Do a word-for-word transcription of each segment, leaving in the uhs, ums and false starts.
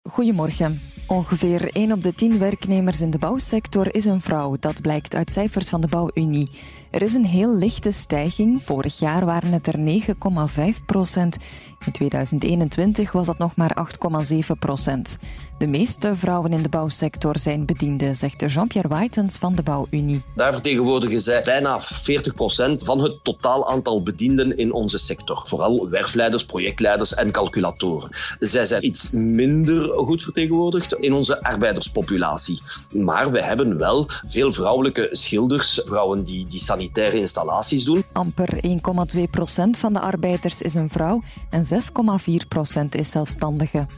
Goedemorgen. Ongeveer één op de tien werknemers in de bouwsector is een vrouw. Dat blijkt uit cijfers van de Bouwunie. Er is een heel lichte stijging. Vorig jaar waren het er negen komma vijf procent. In tweeduizend eenentwintig was dat nog maar acht komma zeven procent. De meeste vrouwen in de bouwsector zijn bedienden, zegt Jean-Pierre Waitens van de Bouwunie. Daar vertegenwoordigen zij bijna veertig procent van het totaal aantal bedienden in onze sector. Vooral werfleiders, projectleiders en calculatoren. Zij zijn iets minder goed vertegenwoordigd in onze arbeiderspopulatie. Maar we hebben wel veel vrouwelijke schilders, vrouwen die, die sanitaire installaties doen. Amper één komma twee procent van de arbeiders is een vrouw en zes komma vier procent is zelfstandige.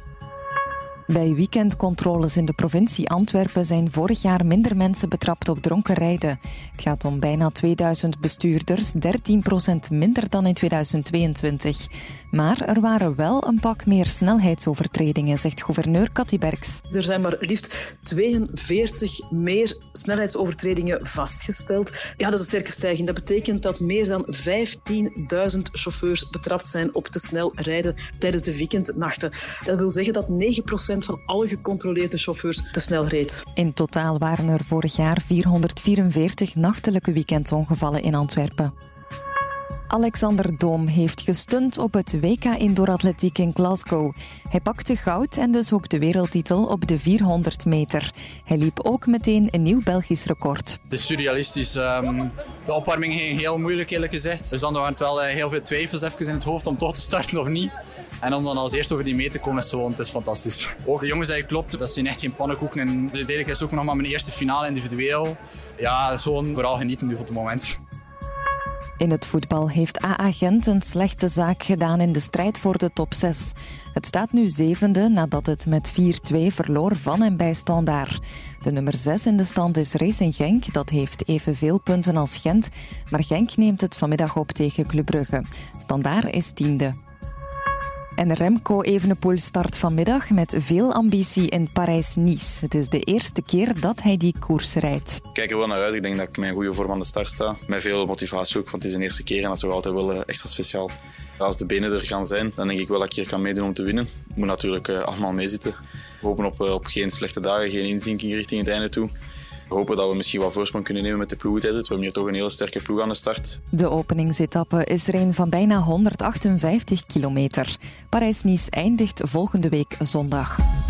Bij weekendcontroles in de provincie Antwerpen zijn vorig jaar minder mensen betrapt op dronken rijden. Het gaat om bijna tweeduizend bestuurders, dertien procent minder dan in tweeduizend tweeëntwintig. Maar er waren wel een pak meer snelheidsovertredingen, zegt gouverneur Cathy Berks. Er zijn maar liefst tweeënveertig meer snelheidsovertredingen vastgesteld. Ja, dat is een sterke stijging. Dat betekent dat meer dan vijftienduizend chauffeurs betrapt zijn op te snel rijden tijdens de weekendnachten. Dat wil zeggen dat negen procent van alle gecontroleerde chauffeurs te snel reed. In totaal waren er vorig jaar vierhonderdvierenveertig nachtelijke weekendongevallen in Antwerpen. Alexander Doom heeft gestunt op het W K Indooratletiek in Glasgow. Hij pakte goud en dus ook de wereldtitel op de vierhonderd meter. Hij liep ook meteen een nieuw Belgisch record. Het is surrealistisch. Um, de opwarming ging heel moeilijk, eerlijk gezegd. Dus dan waren het wel heel veel twijfels even in het hoofd om toch te starten of niet. En om dan als eerste over die meter te komen is zo, het is fantastisch. Ook de jongens die klopt, dat zijn echt geen pannenkoeken. En uiteindelijk is het ook nog maar mijn eerste finale individueel. Ja, zo vooral genieten nu op het moment. In het voetbal heeft A A Gent een slechte zaak gedaan in de strijd voor de top zes. Het staat nu zevende nadat het met vier twee verloor van en bij Standaard. De nummer zes in de stand is Racing Genk. Dat heeft evenveel punten als Gent. Maar Genk neemt het vanmiddag op tegen Club Brugge. Standaard is tiende. En Remco Evenepoel start vanmiddag met veel ambitie in Parijs-Nice. Het is de eerste keer dat hij die koers rijdt. Ik kijk er wel naar uit. Ik denk dat ik met een goede vorm aan de start sta. Met veel motivatie ook, want het is een eerste keer en dat is toch altijd wel extra speciaal. Als de benen er gaan zijn, dan denk ik wel dat ik hier kan meedoen om te winnen. Ik moet natuurlijk uh, allemaal meezitten. We hopen op, uh, op geen slechte dagen, geen inzinking richting het einde toe. We hopen dat we misschien wat voorsprong kunnen nemen met de ploegentijd. We hebben hier toch een hele sterke ploeg aan de start. De openingsetappe is er een van bijna honderdachtenvijftig kilometer. Parijs-Nice eindigt volgende week zondag.